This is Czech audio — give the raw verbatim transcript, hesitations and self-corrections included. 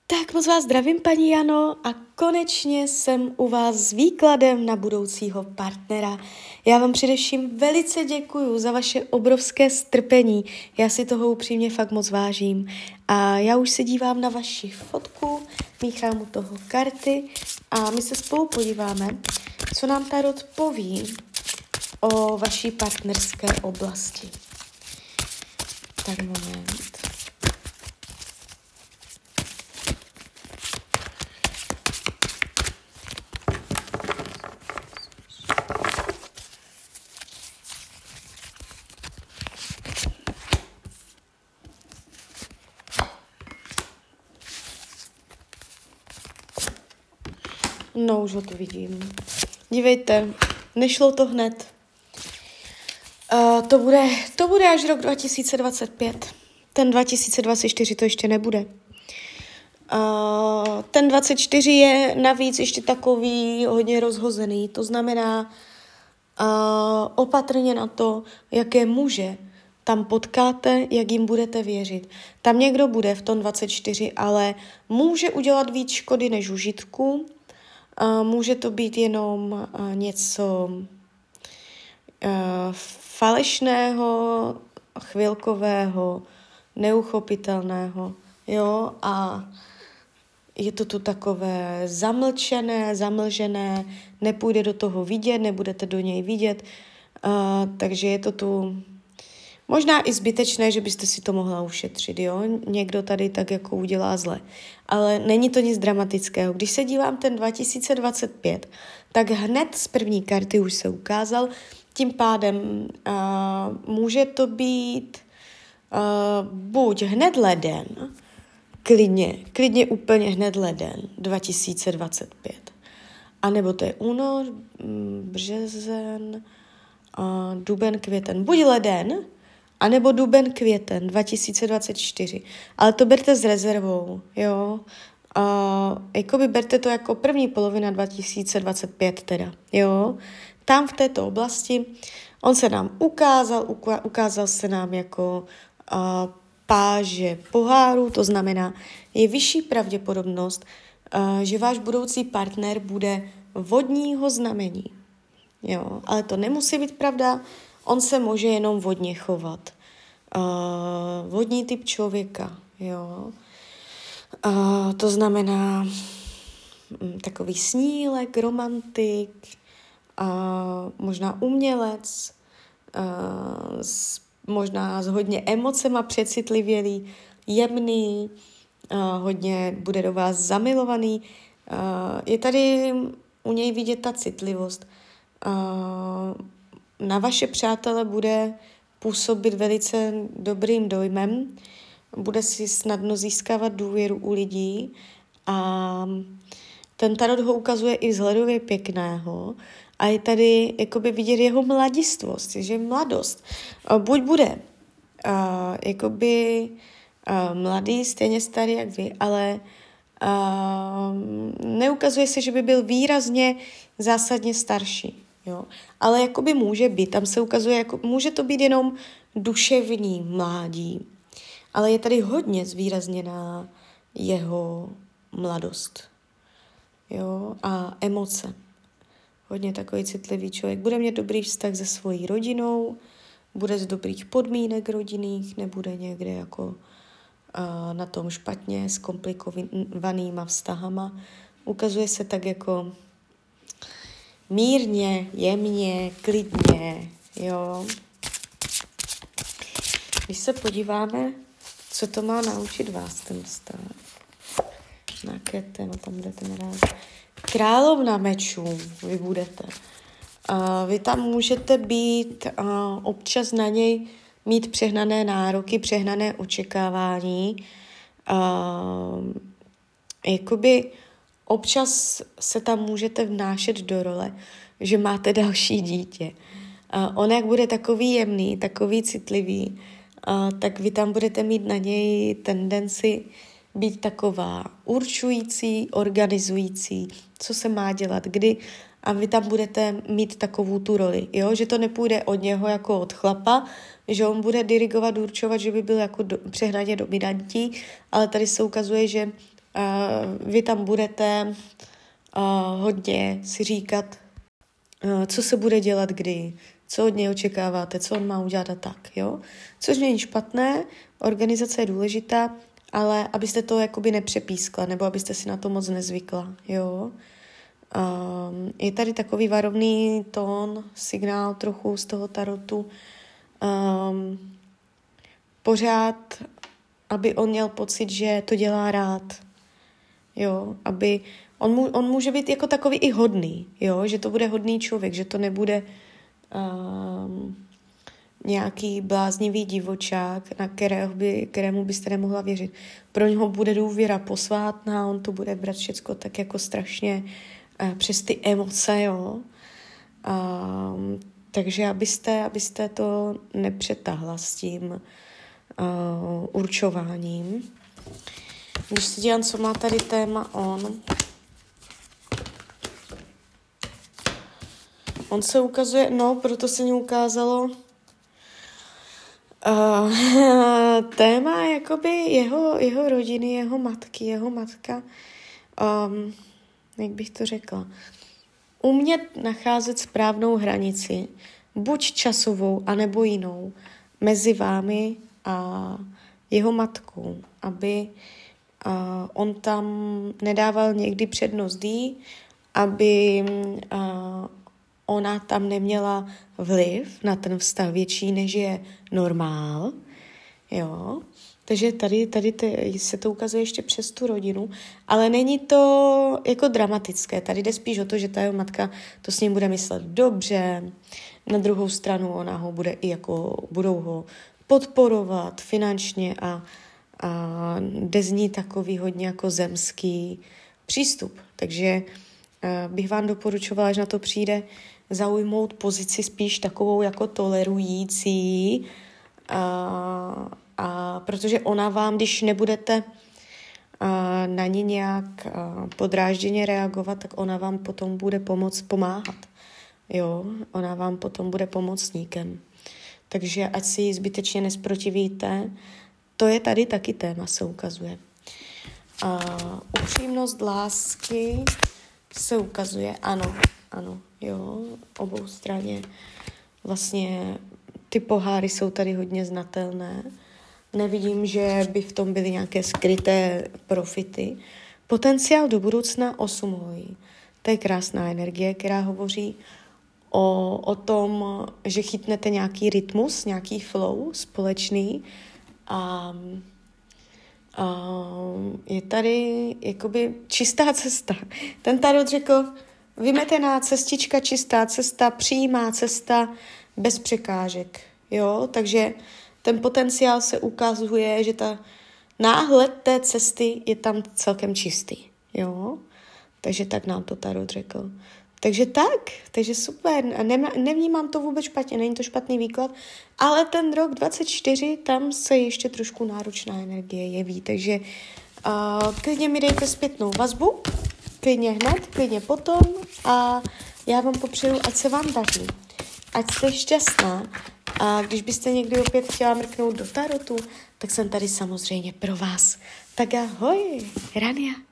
Tak moc vás zdravím, paní Jano, a konečně jsem u vás s výkladem na budoucího partnera. Já vám především velice děkuju za vaše obrovské strpení. Já si toho upřímně fakt moc vážím. A já už se dívám na vaši fotku, míchám u toho karty a my se spolu podíváme, co nám tarot poví o vaší partnerské oblasti. Tak moment. No, už ho tu vidím. Dívejte, nešlo to hned. Uh, to, bude, to bude až rok dva tisíce dvacet pět. Ten dva tisíce dvacet čtyři to ještě nebude. Uh, ten dvacet čtyři je navíc ještě takový hodně rozhozený. To znamená uh, opatrně na to, jaké muže tam potkáte, jak jim budete věřit. Tam někdo bude v tom dvacet čtyři, ale může udělat víc škody než užitku. Uh, může to být jenom uh, něco uh, falešného, chvilkového, neuchopitelného, jo, a je to tu takové zamlčené, zamlžené, nepůjde do toho vidět, nebudete do něj vidět, uh, takže je to tu možná i zbytečné, že byste si to mohla ušetřit, jo? Někdo tady tak jako udělá zle. Ale není to nic dramatického. Když se dívám ten dva tisíce dvacet pět, tak hned z první karty už se ukázal. Tím pádem uh, může to být uh, buď hned leden, klidně, klidně úplně hned leden dva tisíce dvacet pět. A nebo to je únor, březen, uh, duben, květen. Buď leden, a nebo duben, květen dva tisíce dvacet čtyři. Ale to berte s rezervou, jo. Uh, jakoby berte to jako první polovina dva tisíce dvacet pět teda, jo. Tam v této oblasti on se nám ukázal, uka- ukázal se nám jako uh, páže poháru, to znamená, je vyšší pravděpodobnost, uh, že váš budoucí partner bude vodního znamení, jo. Ale to nemusí být pravda, on se může jenom vodně chovat. Uh, vodní typ člověka, jo. Uh, to znamená um, takový snílek, romantik, uh, možná umělec, uh, s, možná s hodně emocema přecitlivělý, jemný, uh, hodně bude do vás zamilovaný. Uh, je tady u něj vidět ta citlivost. Uh, na vaše přátele bude působit velice dobrým dojmem, bude si snadno získávat důvěru u lidí a ten tarot ho ukazuje i vzhledově pěkného a je tady jakoby vidět jeho mladistvost, že mladost. Buď bude uh, jakoby uh, mladý, stejně starý jak vy, ale uh, neukazuje se, že by byl výrazně zásadně starší. Jo. Ale jakoby může být, tam se ukazuje, jako, může to být jenom duševní mládí, ale je tady hodně zvýrazněná jeho mladost, jo, a emoce. Hodně takový citlivý člověk. Bude mít dobrý vztah se svojí rodinou, bude z dobrých podmínek rodinných, nebude někde jako uh, na tom špatně s komplikovanýma vztahama. Ukazuje se tak jako mírně, jemně, klidně, jo. Když se podíváme, co to má naučit vás ten vztah. Na jaké téma tam budete narážet. Královna mečů vy budete. Uh, vy tam můžete být uh, občas na něj mít přehnané nároky, přehnané očekávání. Uh, jakoby občas se tam můžete vnášet do role, že máte další dítě. Uh, on jak bude takový jemný, takový citlivý, uh, tak vy tam budete mít na něj tendenci být taková určující, organizující, co se má dělat, kdy, a vy tam budete mít takovou tu roli, jo? Že to nepůjde od něho jako od chlapa, že on bude dirigovat, určovat, že by byl jako do, přehnaně dominantní, ale tady se ukazuje, že Uh, vy tam budete uh, hodně si říkat, uh, co se bude dělat kdy, co od něj očekáváte, co on má udělat a tak, jo. Což není špatné, organizace je důležitá, ale abyste to jakoby nepřepískla, nebo abyste si na to moc nezvykla, jo. Um, je tady takový varovný tón, signál trochu z toho tarotu. Um, pořád, aby on měl pocit, že to dělá rád, jo, aby, on, mu, on může být jako takový i hodný, jo, že to bude hodný člověk, že to nebude um, nějaký bláznivý divočák, na kterého by, kterému byste nemohla věřit. Pro něho bude důvěra posvátná, on to bude brát všecko tak jako strašně uh, přes ty emoce, jo. Um, takže abyste, abyste to nepřetahla s tím uh, určováním. Když se dívám, co má tady téma on. On se ukazuje, no, proto se mi ukázalo uh, téma jakoby jeho, jeho rodiny, jeho matky, jeho matka, um, jak bych to řekla, umět nacházet správnou hranici, buď časovou, anebo jinou, mezi vámi a jeho matkou, aby uh, on tam nedával někdy přednost jí, aby uh, ona tam neměla vliv na ten vztah větší, než je normál, jo. Takže tady, tady te, se to ukazuje ještě přes tu rodinu, ale není to jako dramatické. Tady jde spíš o to, že ta jeho matka to s ním bude myslet dobře, na druhou stranu ona ho bude i jako, budou ho podporovat finančně a, a jde z ní takový hodně jako zemský přístup. Takže uh, bych vám doporučovala, že na to přijde, zaujmout pozici spíš takovou jako tolerující, a, a protože ona vám, když nebudete a, na ní nějak a, podrážděně reagovat, tak ona vám potom bude pomoct pomáhat. Jo, ona vám potom bude pomocníkem. Takže ať si ji zbytečně nesprotivíte, to je tady taky téma, se ukazuje. A upřímnost lásky se ukazuje, ano, ano, jo, obou straně. Vlastně ty poháry jsou tady hodně znatelné. Nevidím, že by v tom byly nějaké skryté profity. Potenciál do budoucna osm hojí. To je krásná energie, která hovoří o, o tom, že chytnete nějaký rytmus, nějaký flow společný a, a je tady jakoby čistá cesta. Ten tarot řekl, vymetená cestička, čistá cesta, přímá cesta, bez překážek, jo, takže ten potenciál se ukazuje, že ta náhled té cesty je tam celkem čistý, jo, takže tak nám to tarot řekl. Takže tak, takže super, a ne, nevnímám to vůbec špatně, není to špatný výklad, ale ten rok dvacet čtyři, tam se ještě trošku náročná energie jeví, takže uh, klidně mi dejte zpětnou vazbu, klidně hned, klidně potom a já vám popřeju, ať se vám daří, ať jste šťastná a když byste někdy opět chtěla mrknout do tarotu, tak jsem tady samozřejmě pro vás. Tak ahoj, Rania.